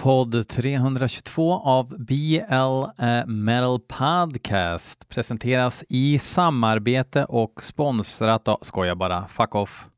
Podd 322 av BL Metal Podcast presenteras i samarbete och sponsrat av, skojar bara, fuck off.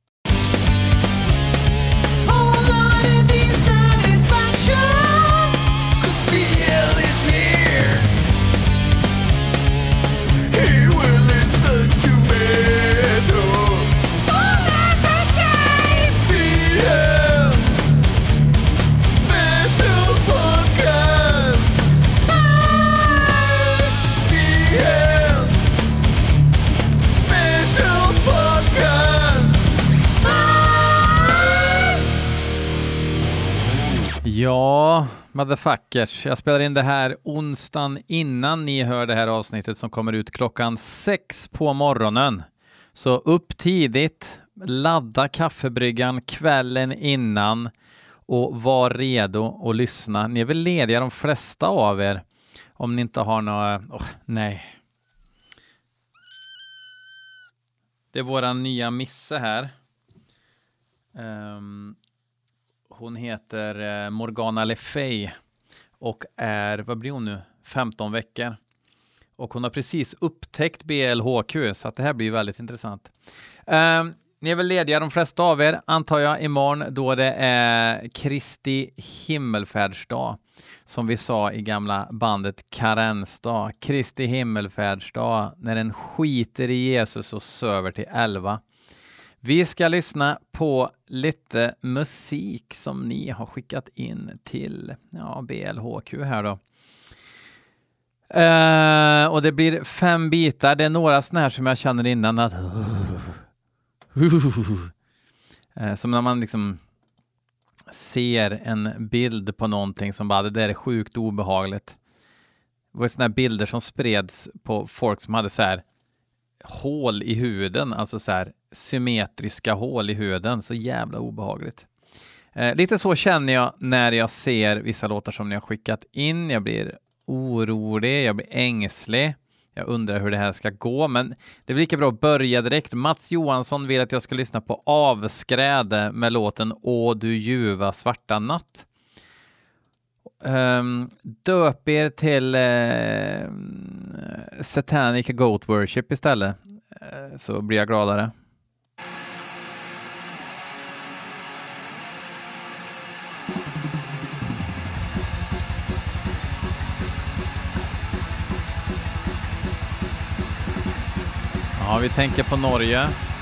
Ja, motherfuckers. Jag spelar in det här onsdagen innan ni hör det här avsnittet som kommer ut klockan 6 på morgonen. Så upp tidigt, ladda kaffebryggan kvällen innan och var redo att lyssna. Ni är väl lediga de flesta av er om ni inte har några... nej. Det är våran nya misse här. Hon heter Morgana Le Fay och är, vad blir hon nu? 15 veckor. Och hon har precis upptäckt BLHQ, så att det här blir väldigt intressant. Ni är väl lediga de flesta av er, antar jag, imorgon då det är Kristi himmelfärdsdag. Som vi sa i gamla bandet Karensdag. Kristi himmelfärdsdag, när den skiter i Jesus och söver till 11. Vi ska lyssna på lite musik som ni har skickat in till BLHQ här då. Och det blir 5 bitar. Det är några såna här som jag känner innan att... som när man liksom ser en bild på någonting som bara, det där är sjukt obehagligt. Det var såna här bilder som spreds på folk som hade så här hål i huden, alltså så här symmetriska hål i huden, så jävla obehagligt. Lite så känner jag när jag ser vissa låtar som ni har skickat in. Jag blir orolig, jag blir ängslig. Jag undrar hur det här ska gå, men det är lika bra att börja direkt. Mats Johansson vill att jag ska lyssna på Avskräde med låten Å du ljuva svarta natt. Döp er till Satanic Goat Worship istället, så blir jag gladare. Ja, vi tänker på Norge.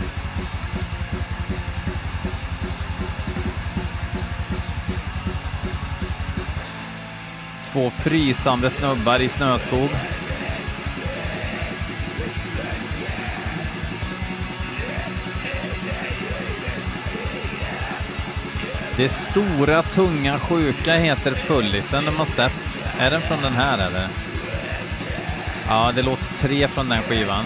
Två frysande snubbar i snöskog. Det stora, tunga, sjuka heter Fullisen de har släppt. Är den från den här eller? Ja, det låter 3 från den skivan.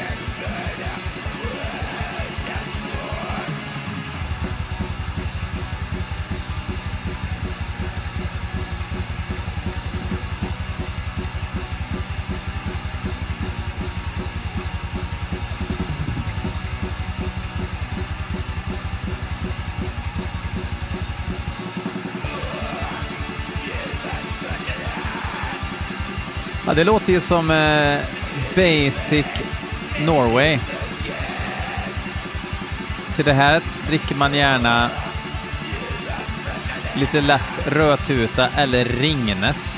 Ja, det låter ju som Basic Norway. Till det här dricker man gärna lite lätt rödtuta eller Ringnes.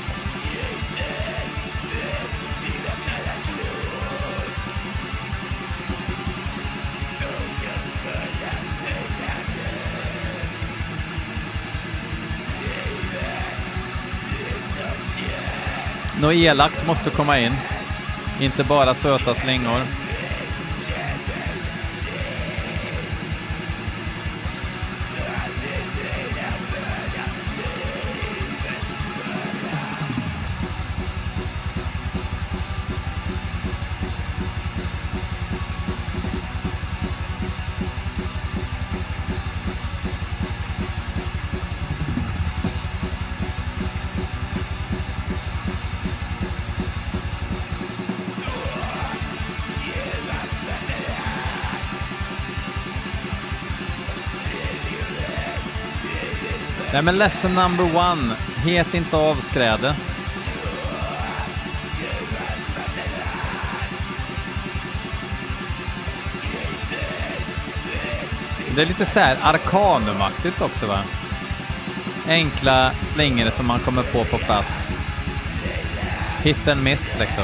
Något elakt måste komma in. Inte bara söta slingor. Nej, men lesson number one. Het inte av skräde. Det är lite så här arkanumaktigt också, va? Enkla slingor som man kommer på plats. Hit and miss liksom.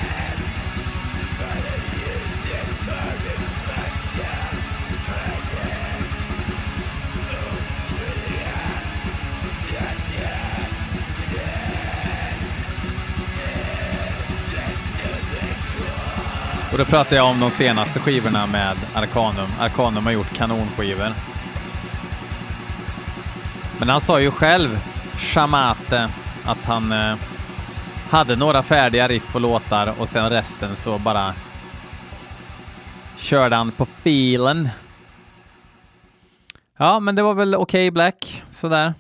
Och då pratar jag om de senaste skivorna med Arcanum. Arcanum har gjort kanonskivor. Men han sa ju själv, Shamate, att han hade några färdiga riff och låtar och sen resten så bara körde han på filen. Ja, men det var väl okej, Black. Sådär.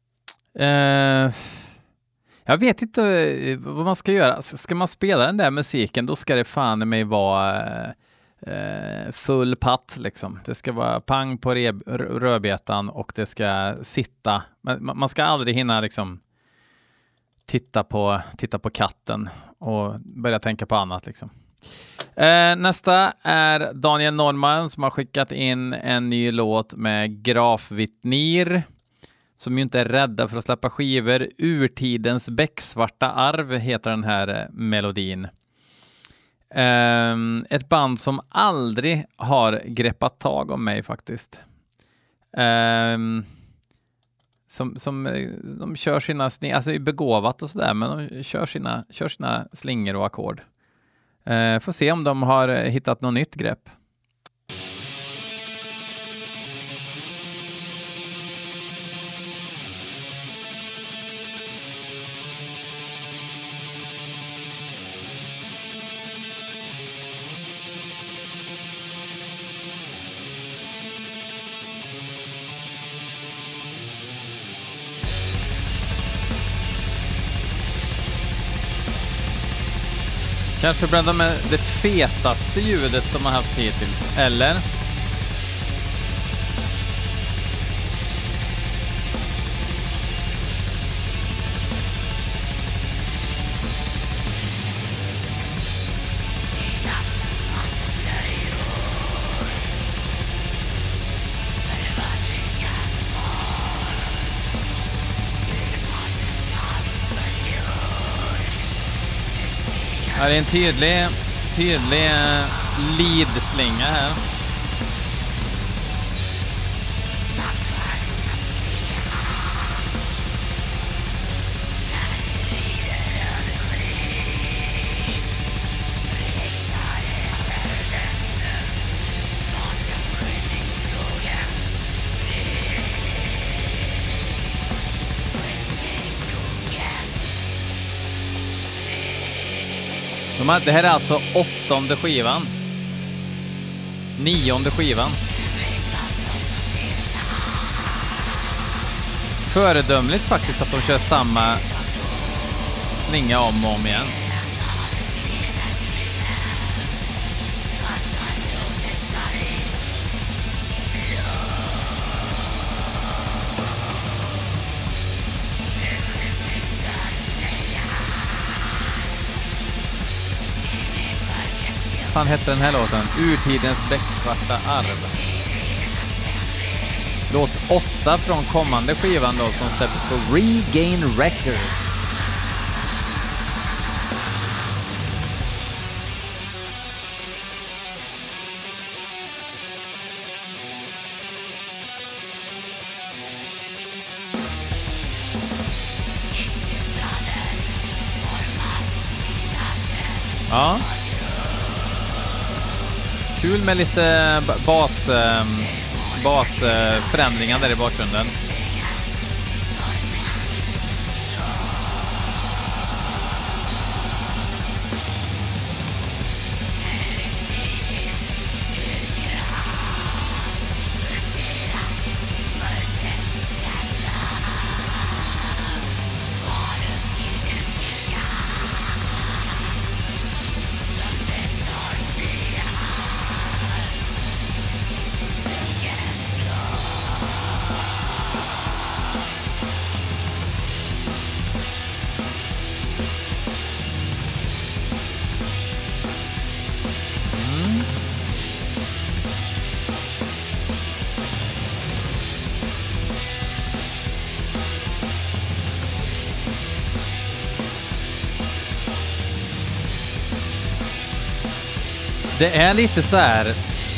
Jag vet inte vad man ska göra. Ska man spela den där musiken, då ska det fan i mig vara full patt liksom. Det ska vara pang på rödbetan och det ska sitta. Man ska aldrig hinna liksom titta på katten och börja tänka på annat liksom. Nästa är Daniel Norman som har skickat in en ny låt med Grafvitnir, som ju inte är rädda för att släppa skivor. Urtidens becksvarta arv heter den här melodin. Ett band som aldrig har greppat tag om mig faktiskt. De kör sina alltså är begåvat och sådär, men de kör sina slingor och ackord. Får se om de har hittat något nytt grepp. Kanske bland det fetaste ljudet de har haft hittills, eller? Här är en tydlig lead-slinga här. Det här är alltså 8:e skivan. 9:e skivan. Föredömligt faktiskt att de kör samma slinga om och om igen. Vad hette den här låten? Urtidens becksvarta arv. Låt 8 från kommande skivan då, som släpps på Regain Records. Ja. Kul med lite basförändringar där i bakgrunden. Det är lite så här.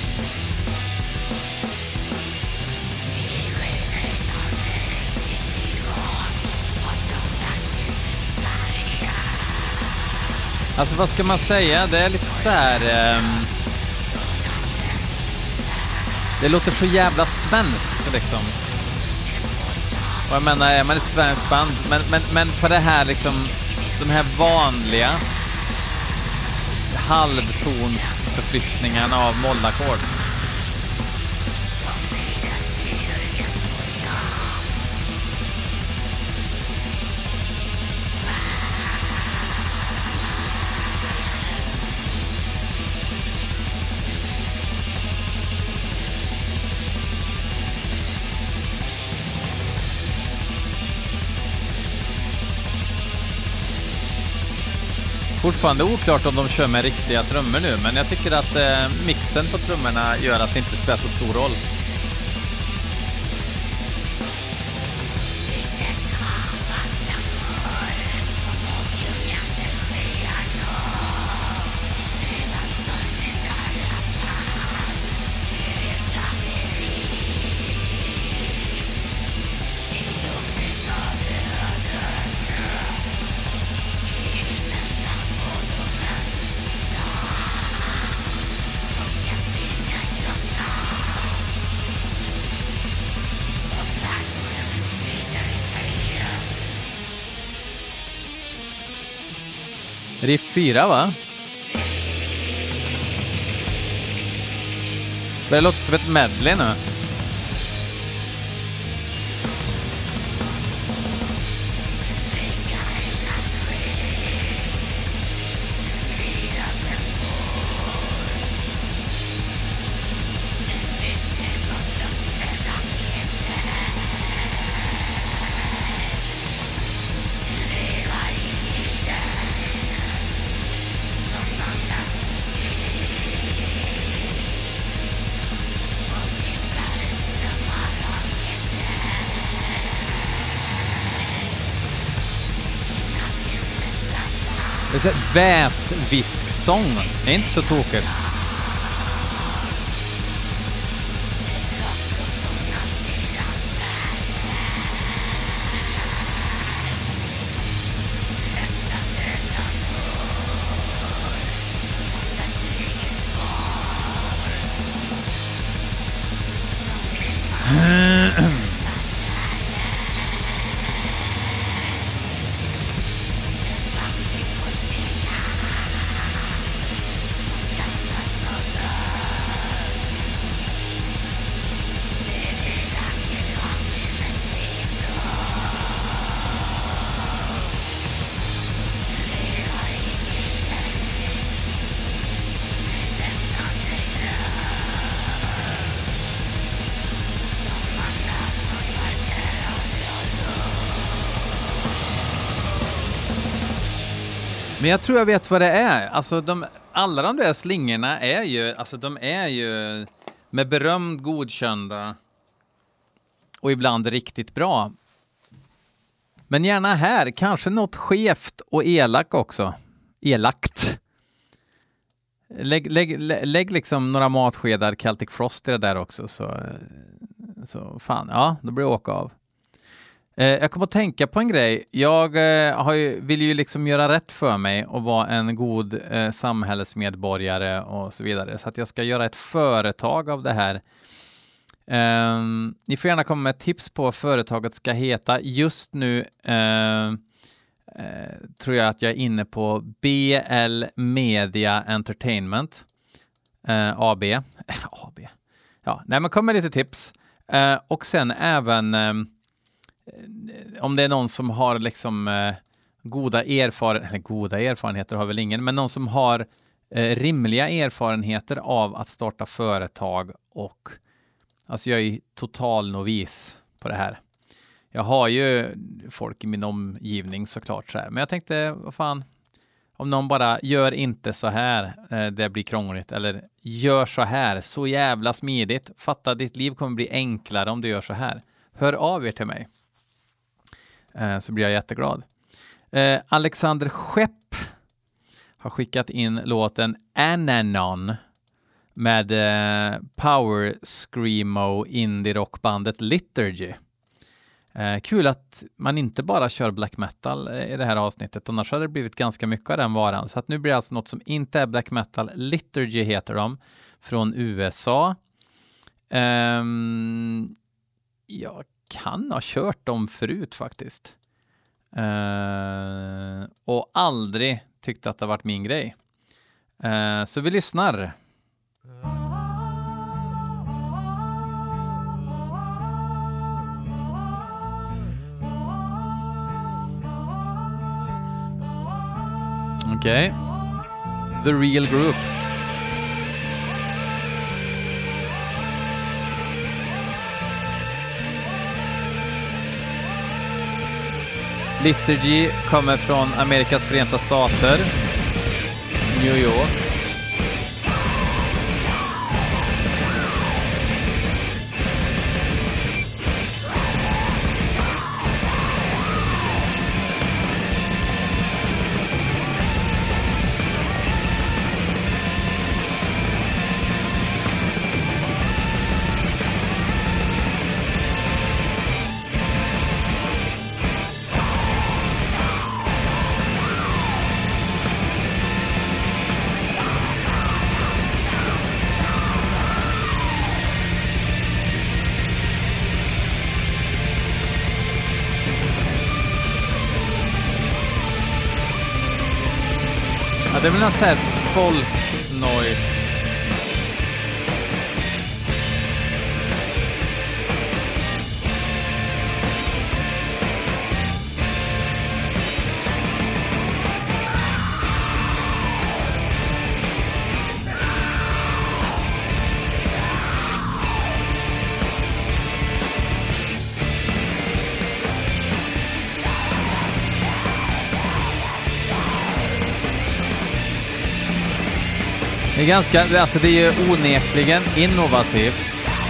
Alltså vad ska man säga? Det är lite så här. Det låter så jävla svenskt liksom. Och jag menar, är man ett svenskt band, men på det här liksom, de här vanliga halvtonsförflyttningarna av mollackord. Fortfarande oklart om de kör med riktiga trummor nu, men jag tycker att mixen på trummorna gör att det inte spelar så stor roll. Riff 4, va? Det låter som ett medley nu. Det är så väsvisksång. Det är inte så tokigt. Men jag tror jag vet vad det är. Alltså alla de där slingorna är ju, alltså de är ju med beröm godkända och ibland riktigt bra. Men gärna här, kanske något skevt och elak också. Elakt. Lägg liksom några matskedar Celtic Frost i det där också, så fan, ja, då blir det åka av. Jag kommer att tänka på en grej. Jag vill ju liksom göra rätt för mig och vara en god samhällsmedborgare och så vidare. Så att jag ska göra ett företag av det här. Ni får gärna komma med tips på vad företaget ska heta. Just nu tror jag att jag är inne på BL Media Entertainment. AB. Ja, nej, men kom med lite tips. Och sen även om det är någon som har liksom goda erfarenheter har väl ingen, men någon som har rimliga erfarenheter av att starta företag, och alltså jag är total novis på det här. Jag har ju folk i min omgivning såklart så här, men jag tänkte, vad fan, om någon bara gör inte så här, det blir krångligt, eller gör så här, så jävla smidigt. Fatta, ditt liv kommer bli enklare om du gör så här. Hör av er till mig. Så blir jag jätteglad. Alexander Skepp har skickat in låten Ananon med power screamo indie rockbandet Liturgy. Kul att man inte bara kör black metal i det här avsnittet, annars hade det blivit ganska mycket av den varan. Så att nu blir det alltså något som inte är black metal. Liturgy heter de, från USA. Jag kan ha kört dem förut faktiskt. Och aldrig tyckte att det varit min grej. Så vi lyssnar. Okej. The Real Group. Liturgy kommer från Amerikas Förenta Stater, New York. Ja, det är väl en sån här folk noise. Det är ganska, alltså det är ju onekligen innovativt.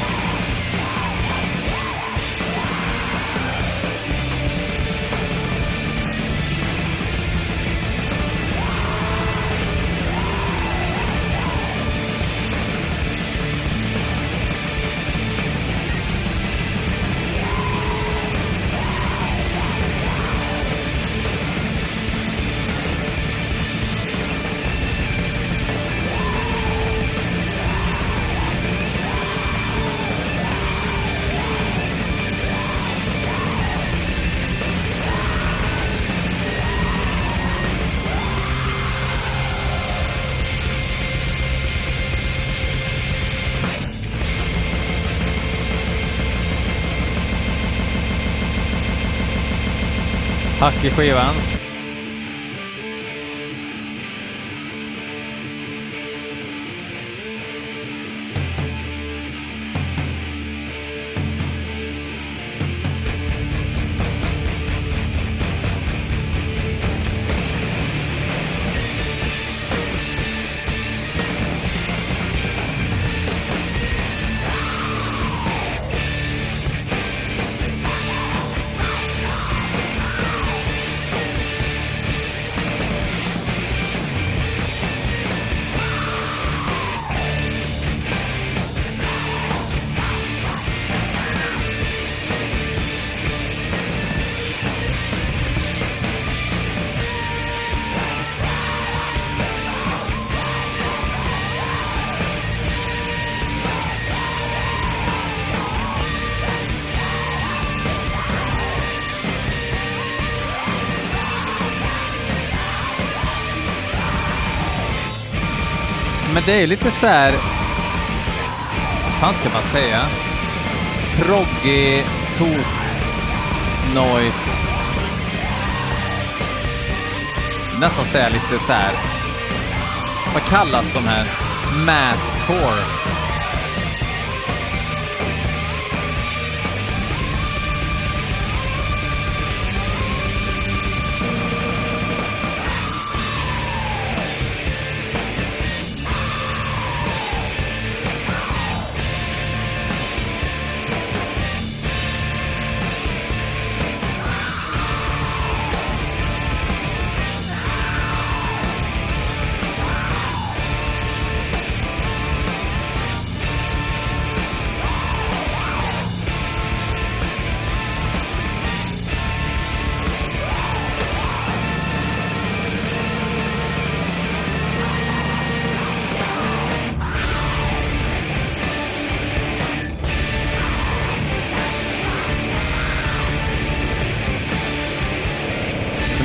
Hack i skivan. Men det är lite så här, vad fan ska man säga? Proggy, tok, noise. Nästan säga lite så här. Vad kallas de här? Mathcore.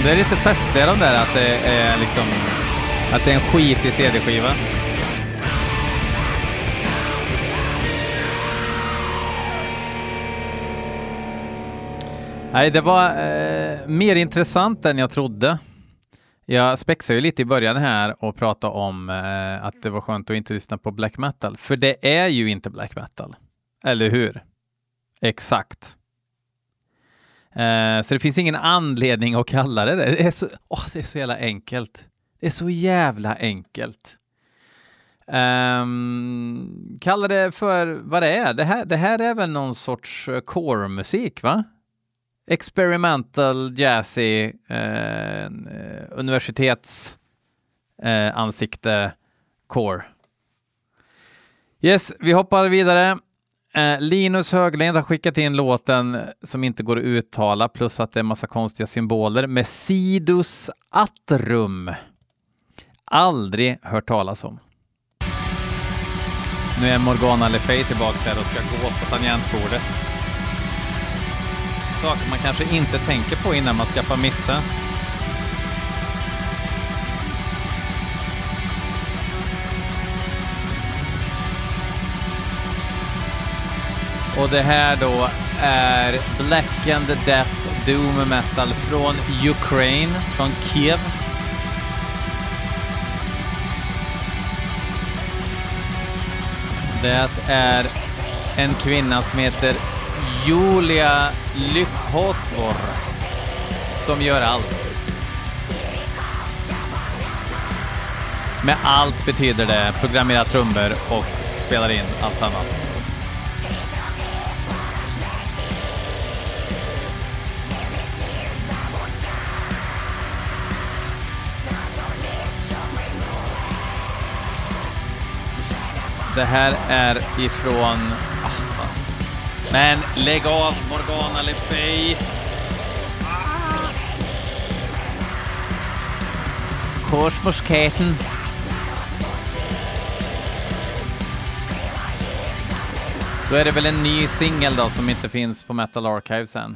Det är lite fästigare de där, att det är liksom att det är en skit i CD-skiva. Nej, det var mer intressant än jag trodde. Jag spexade ju lite i början här och pratade om att det var skönt att inte lyssna på black metal. För det är ju inte black metal. Eller hur? Exakt. Så det finns ingen anledning att kalla det. Det är så jävla enkelt. Det är så jävla enkelt. Kalla det för vad det är. Det här är väl någon sorts core-musik, va? Experimental, jazzy, universitets ansikte, core. Yes, vi hoppar vidare. Linus Höglind har skickat in låten som inte går att uttala, plus att det är massa konstiga symboler. Mesidus Atrum. Aldrig hört talas om. Nu är Morgana Le Fay tillbaka här och ska gå på tangentbordet. Saker man kanske inte tänker på innan man ska få missa. Och det här då är Blackened Death Doom Metal från Ukraine, från Kiev. Det är en kvinna som heter Julia Lyhotvor som gör allt. Med allt betyder det programmera trummor och spelar in allt annat. Det här är ifrån... Men lägg av, Morgana Le Fay. Korsmosketen. Då är det väl en ny singel då som inte finns på Metal Archives än.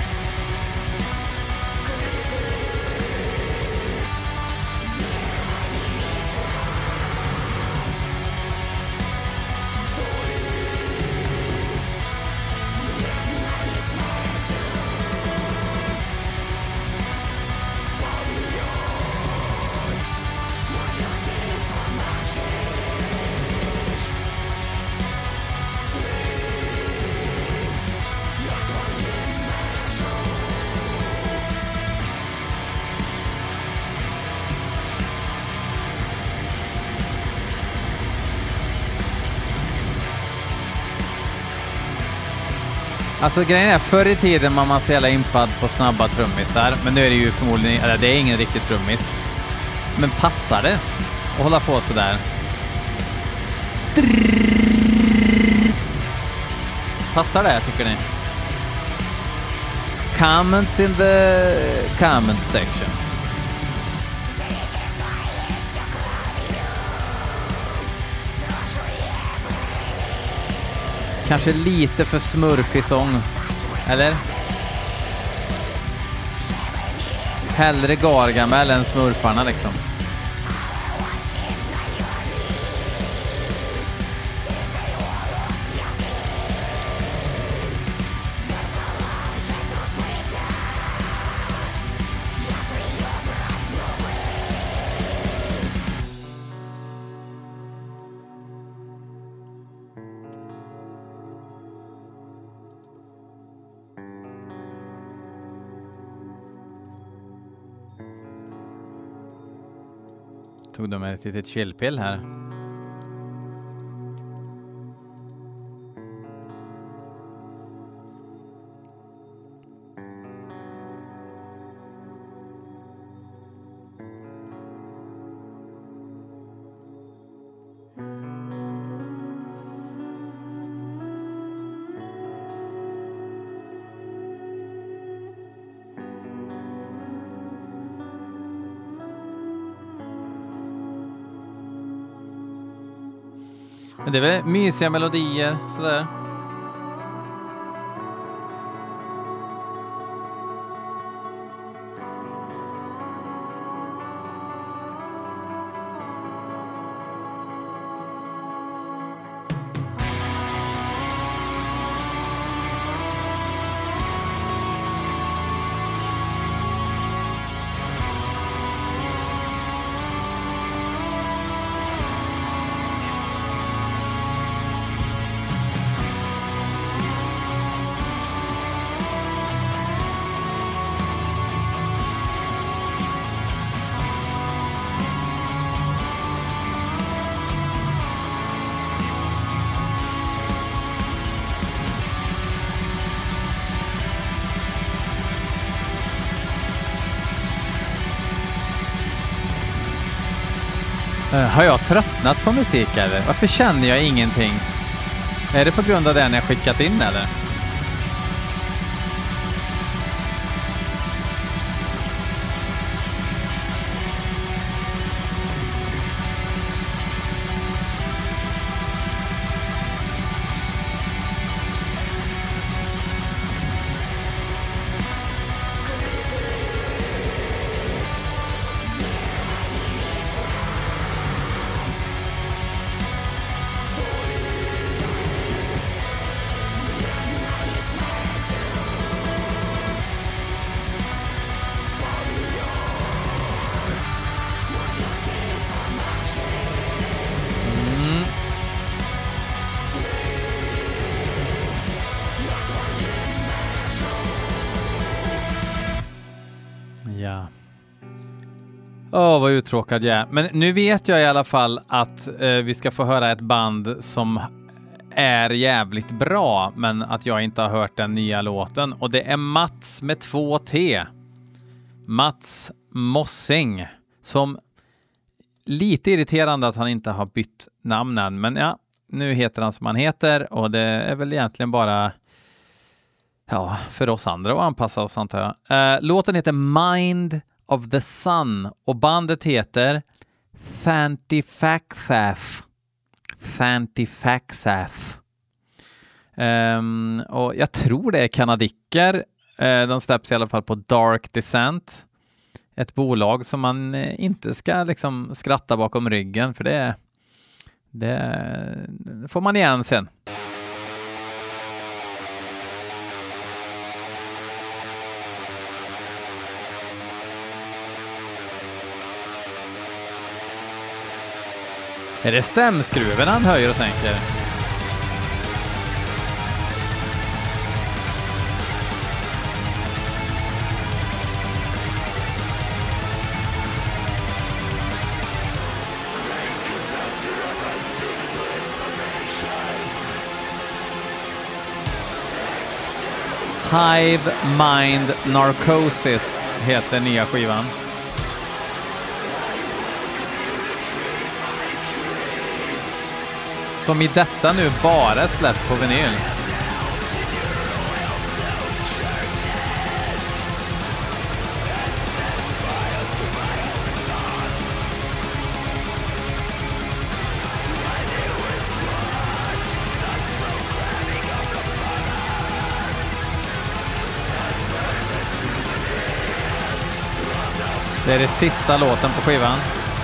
Alltså grejen är, förr i tiden var man så jävla impad på snabba trummisar. Men nu är det ju förmodligen, eller det är ingen riktig trummis. Men passar det att hålla på sådär? Passar det, tycker ni? Comments in the comment section. Kanske lite för smurfig sång. Eller? Hellre Gargamel än smurfarna liksom. Tog de ett litet chillpill här. Men det är väl mysiga melodier, sådär. Har jag tröttnat på musik eller? Varför känner jag ingenting? Är det på grund av den jag skickat in eller? Ja. Vad uttråkad jag är. Men nu vet jag i alla fall att vi ska få höra ett band som är jävligt bra, men att jag inte har hört den nya låten. Och det är Mats med 2T. Mats Mossing. Som lite irriterande att han inte har bytt namnen. Men ja, nu heter han som han heter. Och det är väl egentligen bara för oss andra att anpassa oss, antar jag. Låten heter Mind of the Sun. Och bandet heter Fantifaxath. Fantifaxath. Och jag tror det är kanadicker. De släpps i alla fall på Dark Descent. Ett bolag som man inte ska liksom skratta bakom ryggen, för det får man igen sen. Är det stämskruven han höjer och sänker? Hive Mind Narcosis heter nya skivan. Som i detta nu bara släppt på vinyl. Det är det sista låten på skivan.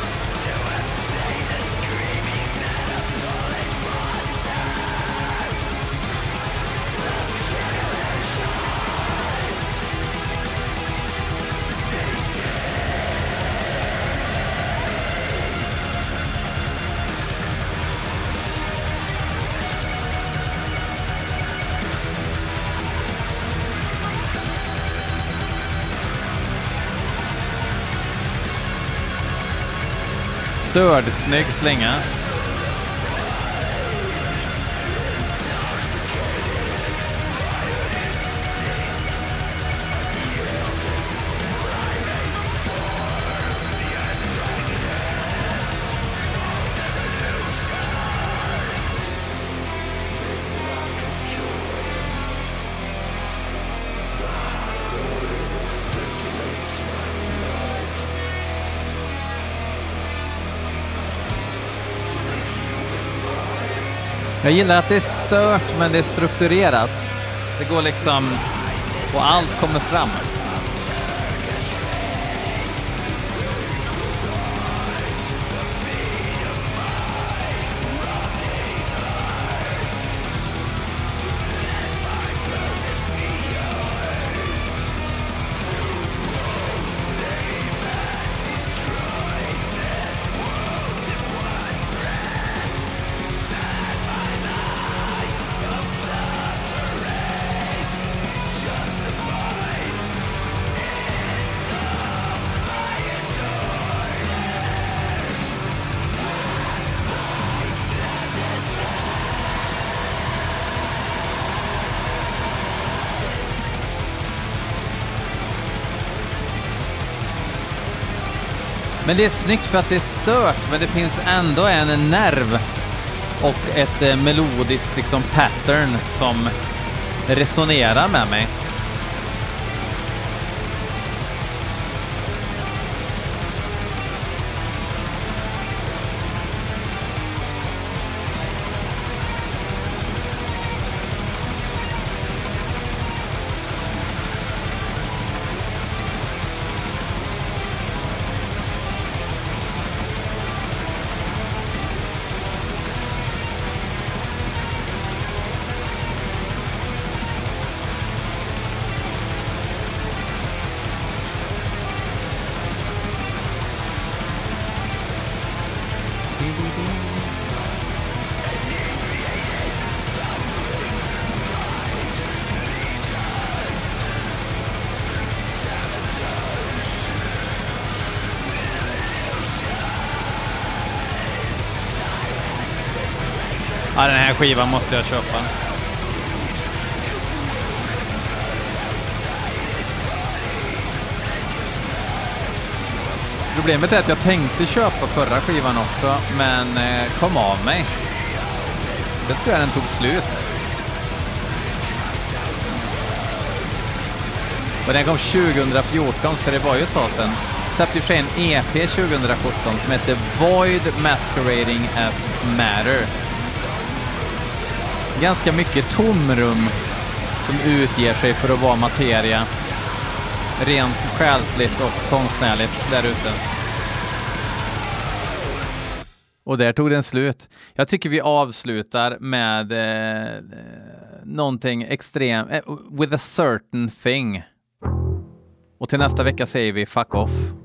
Störd, snygg slinga. Jag gillar att det är stört, men det är strukturerat. Det går liksom, och allt kommer fram. Men det är snyggt för att det är stört, men det finns ändå en nerv och ett melodiskt liksom pattern som resonerar med mig. Ja, den här skivan måste jag köpa. Problemet är att jag tänkte köpa förra skivan också, men kom av mig. Det tror jag den tog slut. Och den kom 2014, så det var ju ett tag sedan. Släppte för en EP 2017 som heter Void Masquerading as Matter. Ganska mycket tomrum som utger sig för att vara materia. Rent själsligt och konstnärligt där ute. Och där tog den slut. Jag tycker vi avslutar med någonting extremt. With a certain thing. Och till nästa vecka säger vi fuck off.